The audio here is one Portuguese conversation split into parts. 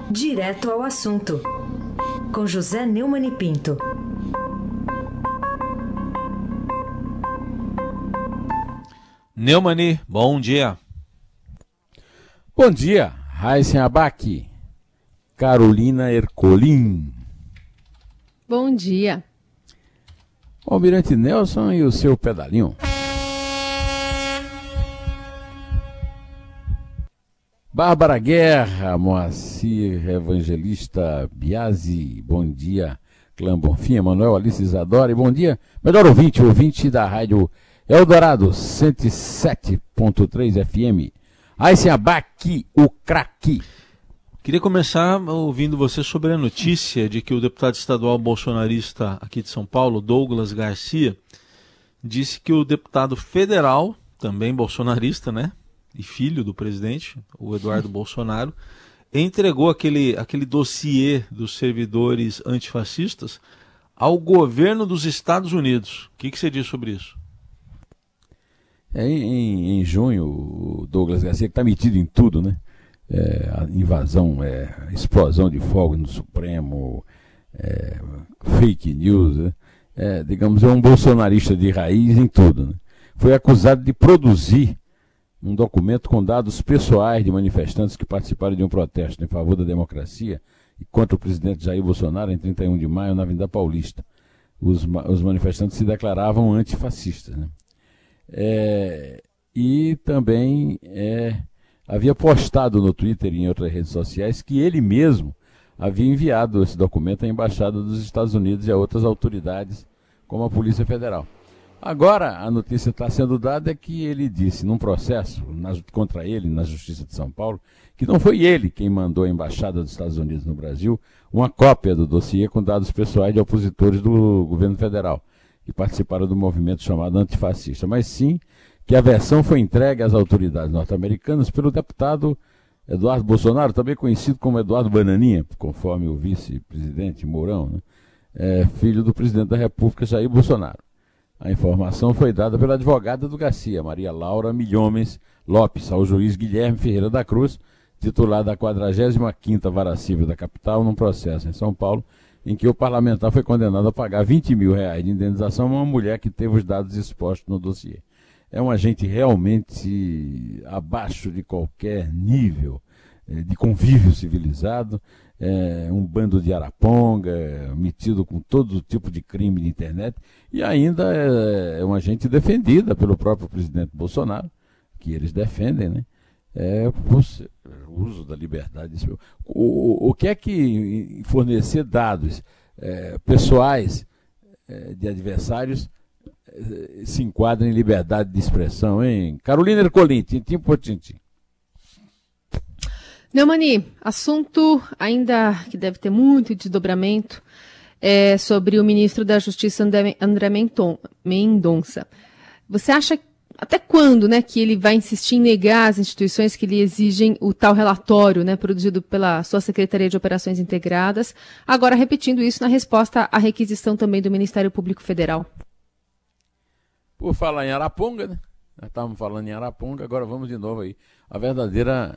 Direto ao assunto, com José Neumann e Pinto. Neumani, bom dia. Bom dia, Raíssen Abac, Carolina Ercolim. Bom dia. O Almirante Nelson e o seu pedalinho. Bárbara Guerra, Moacir Evangelista Biasi, bom dia. Clã Bonfim, Emanuel Alice Isadora, e bom dia, melhor ouvinte da rádio Eldorado 107.3 FM. Raíssen Abac, o craque. Queria começar ouvindo você sobre a notícia de que o deputado estadual bolsonarista aqui de São Paulo, Douglas Garcia, disse que o deputado federal, também bolsonarista, né, e filho do presidente, o Eduardo Bolsonaro, entregou aquele dossiê dos servidores antifascistas ao governo dos Estados Unidos. O que você diz sobre isso? Em junho, o Douglas Garcia, que está metido em tudo, né? A invasão, explosão de fogo no Supremo, fake news, né? Digamos, é um bolsonarista de raiz em tudo, né? Foi acusado de produzir um documento com dados pessoais de manifestantes que participaram de um protesto em favor da democracia e contra o presidente Jair Bolsonaro em 31 de maio na Avenida Paulista. Os manifestantes se declaravam antifascistas, né? E também havia postado no Twitter e em outras redes sociais que ele mesmo havia enviado esse documento à Embaixada dos Estados Unidos e a outras autoridades, como a Polícia Federal. Agora, a notícia está sendo dada que ele disse, num processo contra ele, na Justiça de São Paulo, que não foi ele quem mandou à Embaixada dos Estados Unidos no Brasil uma cópia do dossiê com dados pessoais de opositores do governo federal, que participaram do movimento chamado antifascista, mas sim que a versão foi entregue às autoridades norte-americanas pelo deputado Eduardo Bolsonaro, também conhecido como Eduardo Bananinha, conforme o vice-presidente Mourão, né? Filho do presidente da República, Jair Bolsonaro. A informação foi dada pela advogada do Garcia, Maria Laura Milhomens Lopes, ao juiz Guilherme Ferreira da Cruz, titular da 45ª Vara Civil da capital, num processo em São Paulo, em que o parlamentar foi condenado a pagar R$20 mil de indenização a uma mulher que teve os dados expostos no dossiê. É um agente realmente abaixo de qualquer nível de convívio civilizado, um bando de araponga, metido com todo tipo de crime de internet, e ainda é uma agente defendida pelo próprio presidente Bolsonaro, que eles defendem, né? O uso da liberdade. O que é que fornecer dados pessoais de adversários se enquadra em liberdade de expressão, hein? Carolina Ercolim, tintim por tintim. Neumani, assunto ainda que deve ter muito desdobramento sobre o ministro da Justiça, André Mendonça. Você acha até quando, né, que ele vai insistir em negar as instituições que lhe exigem o tal relatório, né, produzido pela sua Secretaria de Operações Integradas, agora repetindo isso na resposta à requisição também do Ministério Público Federal? Por falar em Araponga, né? Nós estávamos falando em Araponga, agora vamos de novo aí. A verdadeira...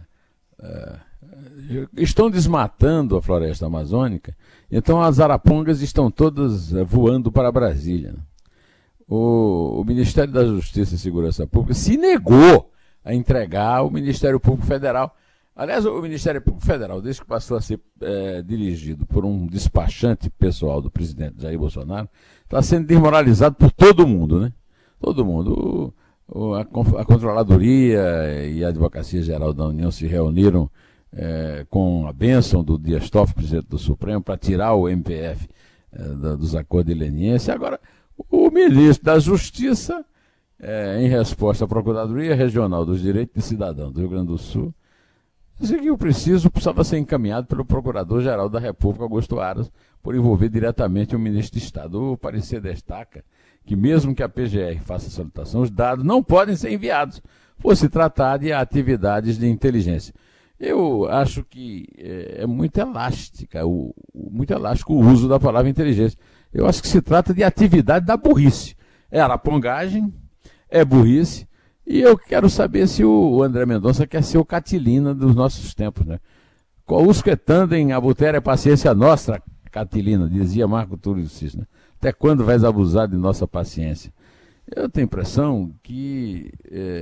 estão desmatando a floresta amazônica, então as arapongas estão todas voando para Brasília, né? O Ministério da Justiça e Segurança Pública se negou a entregar ao Ministério Público Federal. Aliás, o Ministério Público Federal, desde que passou a ser dirigido por um despachante pessoal do presidente Jair Bolsonaro, está sendo desmoralizado por todo mundo, né? Todo mundo. A Controladoria e a Advocacia Geral da União se reuniram com a bênção do Dias Toffoli, presidente do Supremo, para tirar o MPF dos acordos de leniência. Agora, o ministro da Justiça, em resposta à Procuradoria Regional dos Direitos de Cidadão do Rio Grande do Sul, disse que precisava ser encaminhado pelo Procurador-Geral da República, Augusto Aras, por envolver diretamente o ministro de Estado. O parecer destaca que mesmo que a PGR faça a solicitação, os dados não podem ser enviados, por se tratar de atividades de inteligência. Eu acho que é muito muito elástico o uso da palavra inteligência. Eu acho que se trata de atividade da burrice. É arapongagem, é burrice, e eu quero saber se o André Mendonça quer ser o Catilina dos nossos tempos, né? Quousque tandem abutere paciência nostra, Catilina, dizia Marco Túlio Cisne. Até quando vais abusar de nossa paciência? Eu tenho a impressão que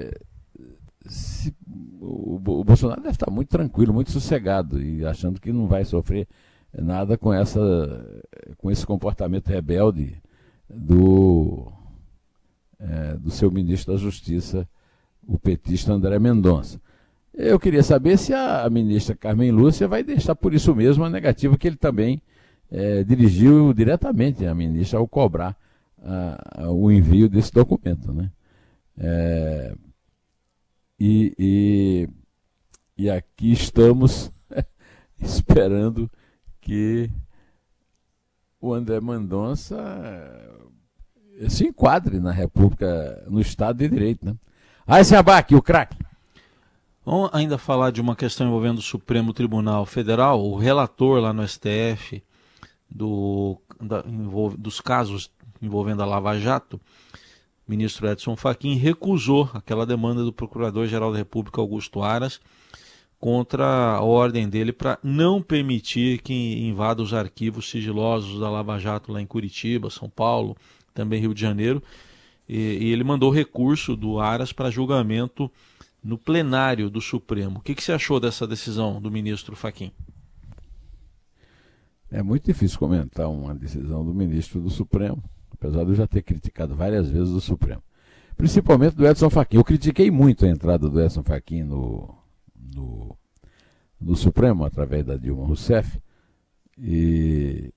o Bolsonaro deve estar muito tranquilo, muito sossegado, e achando que não vai sofrer nada com esse comportamento rebelde do seu ministro da Justiça, o petista André Mendonça. Eu queria saber se a ministra Carmen Lúcia vai deixar por isso mesmo a negativa que ele também dirigiu diretamente à ministra ao cobrar o envio desse documento, né? E aqui estamos esperando que o André Mendonça se enquadre na República, no Estado de Direito, né? Esse abaque, o craque. Vamos ainda falar de uma questão envolvendo o Supremo Tribunal Federal. O relator lá no STF dos casos envolvendo a Lava Jato, o ministro Edson Fachin, recusou aquela demanda do Procurador-Geral da República, Augusto Aras, contra a ordem dele para não permitir que invada os arquivos sigilosos da Lava Jato lá em Curitiba, São Paulo, também Rio de Janeiro, e ele mandou recurso do Aras para julgamento no plenário do Supremo. O que você achou dessa decisão do ministro Fachin? É muito difícil comentar uma decisão do ministro do Supremo, apesar de eu já ter criticado várias vezes o Supremo. Principalmente do Edson Fachin. Eu critiquei muito a entrada do Edson Fachin no Supremo, através da Dilma Rousseff, e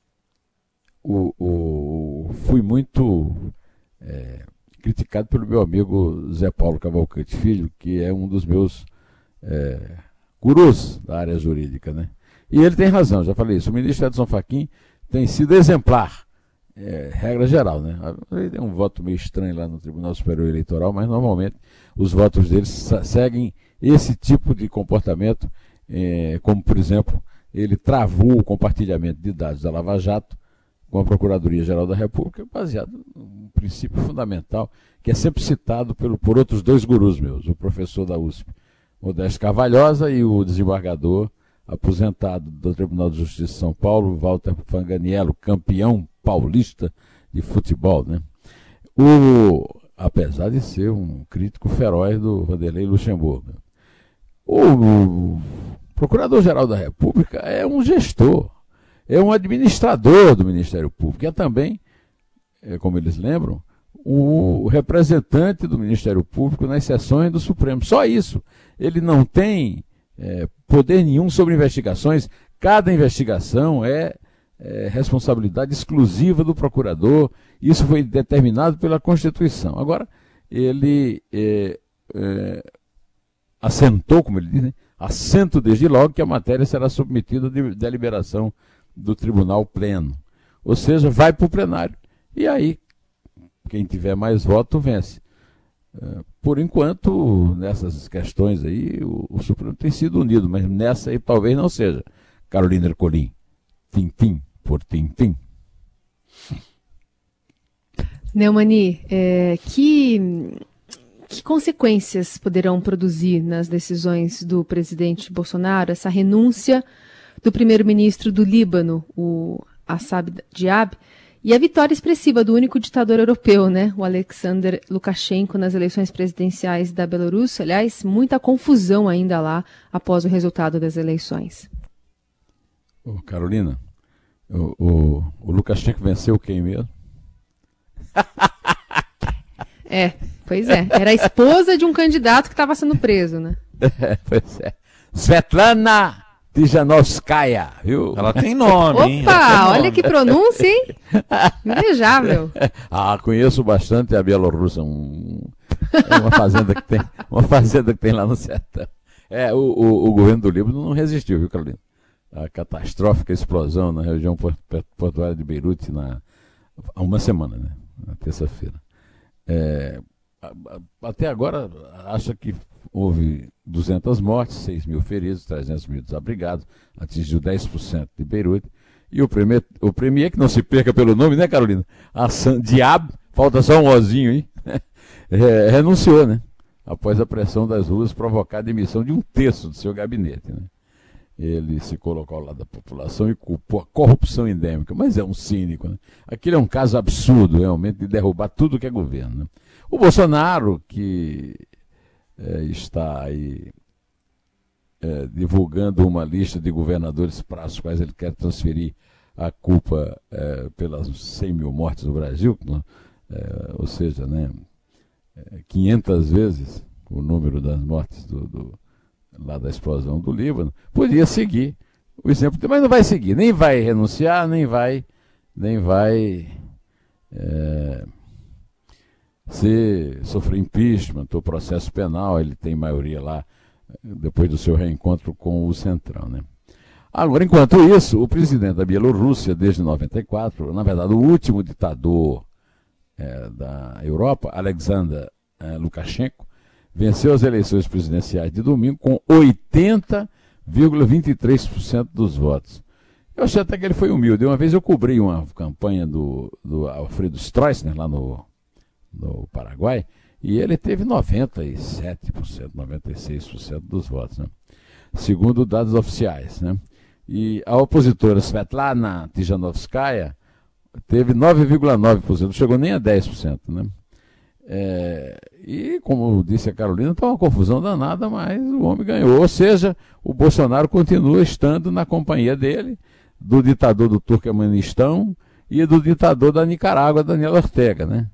fui muito criticado pelo meu amigo Zé Paulo Cavalcante Filho, que é um dos meus gurus da área jurídica, né? E ele tem razão, já falei isso. O ministro Edson Fachin tem sido exemplar, regra geral, né? Ele tem um voto meio estranho lá no Tribunal Superior Eleitoral, mas normalmente os votos dele seguem esse tipo de comportamento, como, por exemplo, ele travou o compartilhamento de dados da Lava Jato com a Procuradoria-Geral da República, baseado num princípio fundamental, que é sempre citado por outros dois gurus meus, o professor da USP, Modesto Carvalhosa, e o desembargador aposentado do Tribunal de Justiça de São Paulo, Walter Fanganiello, campeão paulista de futebol, né? Apesar de ser um crítico feroz do Vanderlei Luxemburgo. O Procurador-Geral da República é um gestor, é um administrador do Ministério Público, é também, como eles lembram, o representante do Ministério Público nas sessões do Supremo. Só isso. Ele não tem poder nenhum sobre investigações. Cada investigação é responsabilidade exclusiva do procurador. Isso foi determinado pela Constituição. Agora, ele assentou, como ele diz, né? Assento desde logo que a matéria será submetida à deliberação do Tribunal Pleno. Ou seja, vai para o plenário. E aí, quem tiver mais voto, vence. Por enquanto, nessas questões aí, o Supremo tem sido unido, mas nessa aí talvez não seja. Carolina Ercolim, tintim por tintim. Neumani, que consequências poderão produzir nas decisões do presidente Bolsonaro essa renúncia do primeiro-ministro do Líbano, o Assad Diab, e a vitória expressiva do único ditador europeu, né, o Alexander Lukashenko, nas eleições presidenciais da Bielorrússia? Aliás, muita confusão ainda lá após o resultado das eleições. Carolina, o Lukashenko venceu quem mesmo? Pois é. Era a esposa de um candidato que estava sendo preso, né? Pois é. Svetlana Tijanovskaya, viu? Ela tem nome, Opa, hein? Opa, olha que pronúncia, hein? Invejável. Conheço bastante a Bielorrússia. É uma fazenda que tem lá no sertão. O governo do Líbano não resistiu, viu, Carolina? A catastrófica explosão na região portuária de Beirute há uma semana, né? Na terça-feira. Até agora, acha que houve 200 mortes, 6 mil feridos, 300 mil desabrigados, atingiu 10% de Beirute. E o premier, que não se perca pelo nome, né, Carolina? Diab, falta só um ozinho, hein? Renunciou, né? Após a pressão das ruas provocar a demissão de um terço do seu gabinete, né? ele se colocou ao lado da população e culpou a corrupção endêmica. Mas é um cínico, né? Aquilo é um caso absurdo, realmente, de derrubar tudo que é governo, né? O Bolsonaro, que está aí divulgando uma lista de governadores para os quais ele quer transferir a culpa pelas 100 mil mortes no Brasil, ou seja, né, 500 vezes o número das mortes lá da explosão do Líbano, podia seguir o exemplo, mas não vai seguir, nem vai renunciar, nem vai sofrer impeachment ou processo penal. Ele tem maioria lá depois do seu reencontro com o Centrão, né? Agora, enquanto isso, o presidente da Bielorrússia, desde 94, na verdade, o último ditador da Europa, Alexander Lukashenko, venceu as eleições presidenciais de domingo com 80,23% dos votos. Eu achei até que ele foi humilde. Uma vez eu cobri uma campanha do Alfredo Stroessner, lá no Paraguai, e ele teve 97%, 96% dos votos, né? Segundo dados oficiais, né? E a opositora Svetlana Tijanovskaya teve 9,9%, não chegou nem a 10%, né? E como disse a Carolina, está uma confusão danada, mas o homem ganhou. Ou seja, o Bolsonaro continua estando na companhia dele, do ditador do Turcomenistão e do ditador da Nicarágua, Daniel Ortega, né?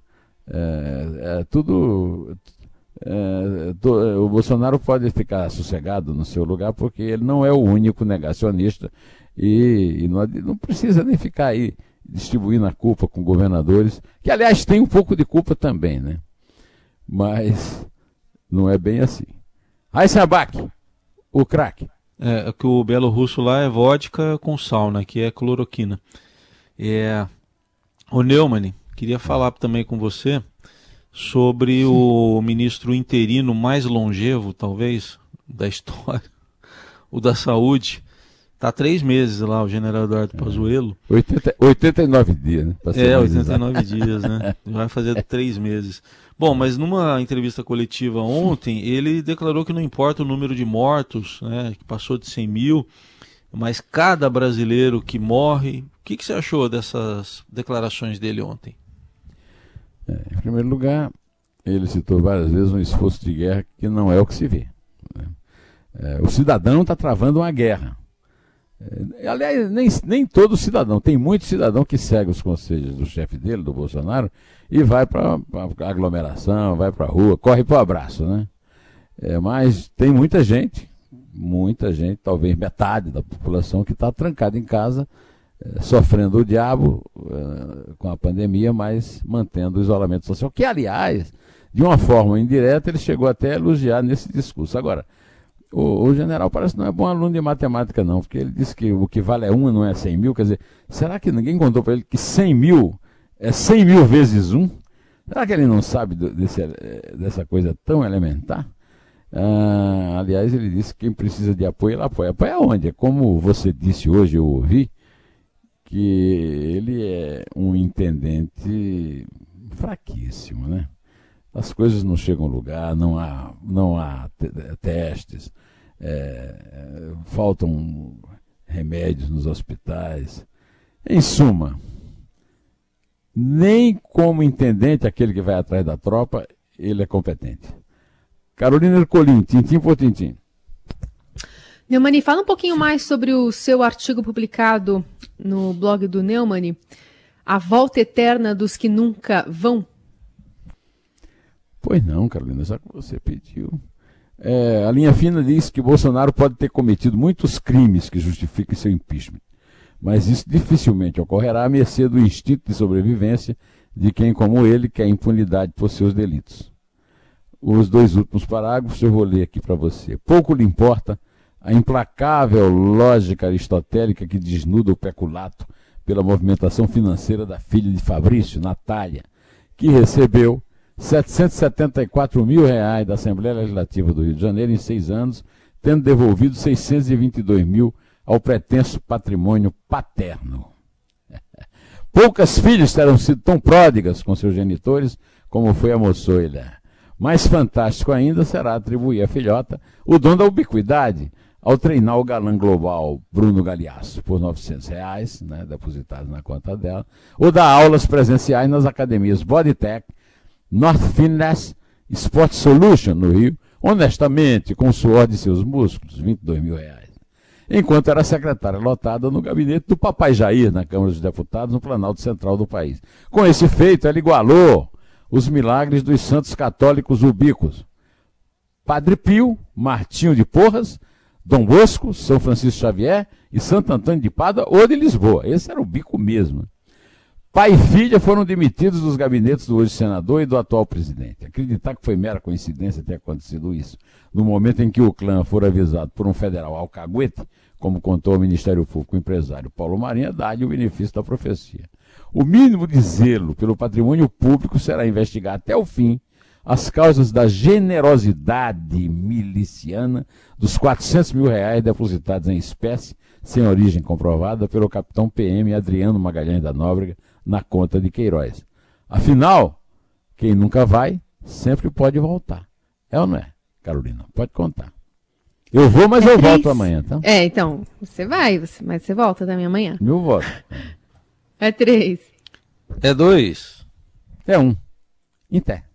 O Bolsonaro pode ficar sossegado no seu lugar, porque ele não é o único negacionista e não precisa nem ficar aí distribuindo a culpa com governadores, que aliás tem um pouco de culpa também, né? Mas não é bem assim. Raíssa Abac, o craque. Que o bielorrusso lá é vodka com sal, né? Que é cloroquina. O Neumann, queria falar também com você sobre o ministro interino mais longevo, talvez, da história, o da saúde. Está 3 meses lá, o general Eduardo Pazuello. 89 dias, né? 89 dias, né? Vai fazer 3 meses. Bom, mas numa entrevista coletiva ontem, ele declarou que não importa o número de mortos, né, que passou de 100 mil, mas cada brasileiro que morre. O que você achou dessas declarações dele ontem? Em primeiro lugar, ele citou várias vezes um esforço de guerra que não é o que se vê, né? O cidadão está travando uma guerra. Aliás, nem todo cidadão, tem muito cidadão que segue os conselhos do chefe dele, do Bolsonaro, e vai para a aglomeração, vai para a rua, corre para o abraço, né? Mas tem muita gente, talvez metade da população, que está trancada em casa, sofrendo o diabo com a pandemia, mas mantendo o isolamento social, que, aliás, de uma forma indireta, ele chegou até a elogiar nesse discurso. Agora, o general parece que não é bom aluno de matemática, não, porque ele disse que o que vale é 1 e não é 100 mil. Quer dizer, será que ninguém contou para ele que 100 mil é 100 mil vezes 1? Será que ele não sabe dessa coisa tão elementar? Aliás, ele disse que quem precisa de apoio, ele apoia. Apoia onde? É como você disse hoje, eu ouvi, que ele é um intendente fraquíssimo, né? As coisas não chegam ao lugar, não há testes, faltam remédios nos hospitais. Em suma, nem como intendente, aquele que vai atrás da tropa, ele é competente. Carolina Ercolim, tintim por tintim. Neumann, fala um pouquinho mais sobre o seu artigo publicado no blog do Neumann, A Volta Eterna dos que Nunca Vão. Pois não, Carolina, só que você pediu. A linha fina diz que Bolsonaro pode ter cometido muitos crimes que justifiquem seu impeachment, mas isso dificilmente ocorrerá à mercê do instinto de sobrevivência de quem, como ele, quer impunidade por seus delitos. Os 2 últimos parágrafos eu vou ler aqui para você. Pouco lhe importa a implacável lógica aristotélica que desnuda o peculato pela movimentação financeira da filha de Fabrício, Natália, que recebeu R$774 mil da Assembleia Legislativa do Rio de Janeiro em 6 anos, tendo devolvido 622 mil ao pretenso patrimônio paterno. Poucas filhas terão sido tão pródigas com seus genitores como foi a moçoila. Mais fantástico ainda será atribuir à filhota o dom da ubiquidade, ao treinar o galã global Bruno Galhaço por R$900, né, depositados na conta dela, ou dar aulas presenciais nas academias Bodytech, North Fitness, Sport Solution no Rio, honestamente, com o suor de seus músculos, R$22.000. Enquanto era secretária lotada no gabinete do Papai Jair, na Câmara dos Deputados, no Planalto Central do país. Com esse feito, ela igualou os milagres dos santos católicos ubíquos. Padre Pio, Martinho de Porras, Dom Bosco, São Francisco Xavier e Santo Antônio de Pádua ou de Lisboa. Esse era o bico mesmo. Pai e filha foram demitidos dos gabinetes do hoje senador e do atual presidente. Acreditar que foi mera coincidência ter acontecido isso, no momento em que o clã for avisado por um federal alcaguete, como contou ao Ministério Público o empresário Paulo Marinho, dá-lhe o benefício da profecia. O mínimo de zelo pelo patrimônio público será investigar até o fim as causas da generosidade miliciana dos R$400.000 depositados em espécie, sem origem comprovada, pelo capitão PM Adriano Magalhães da Nóbrega, na conta de Queiroz. Afinal, quem nunca vai, sempre pode voltar. É ou não é, Carolina? Pode contar. Eu vou, mas eu volto amanhã, tá? Então, você vai, mas você volta também amanhã. Meu voto. É 3. É 2. É 1. Em pé.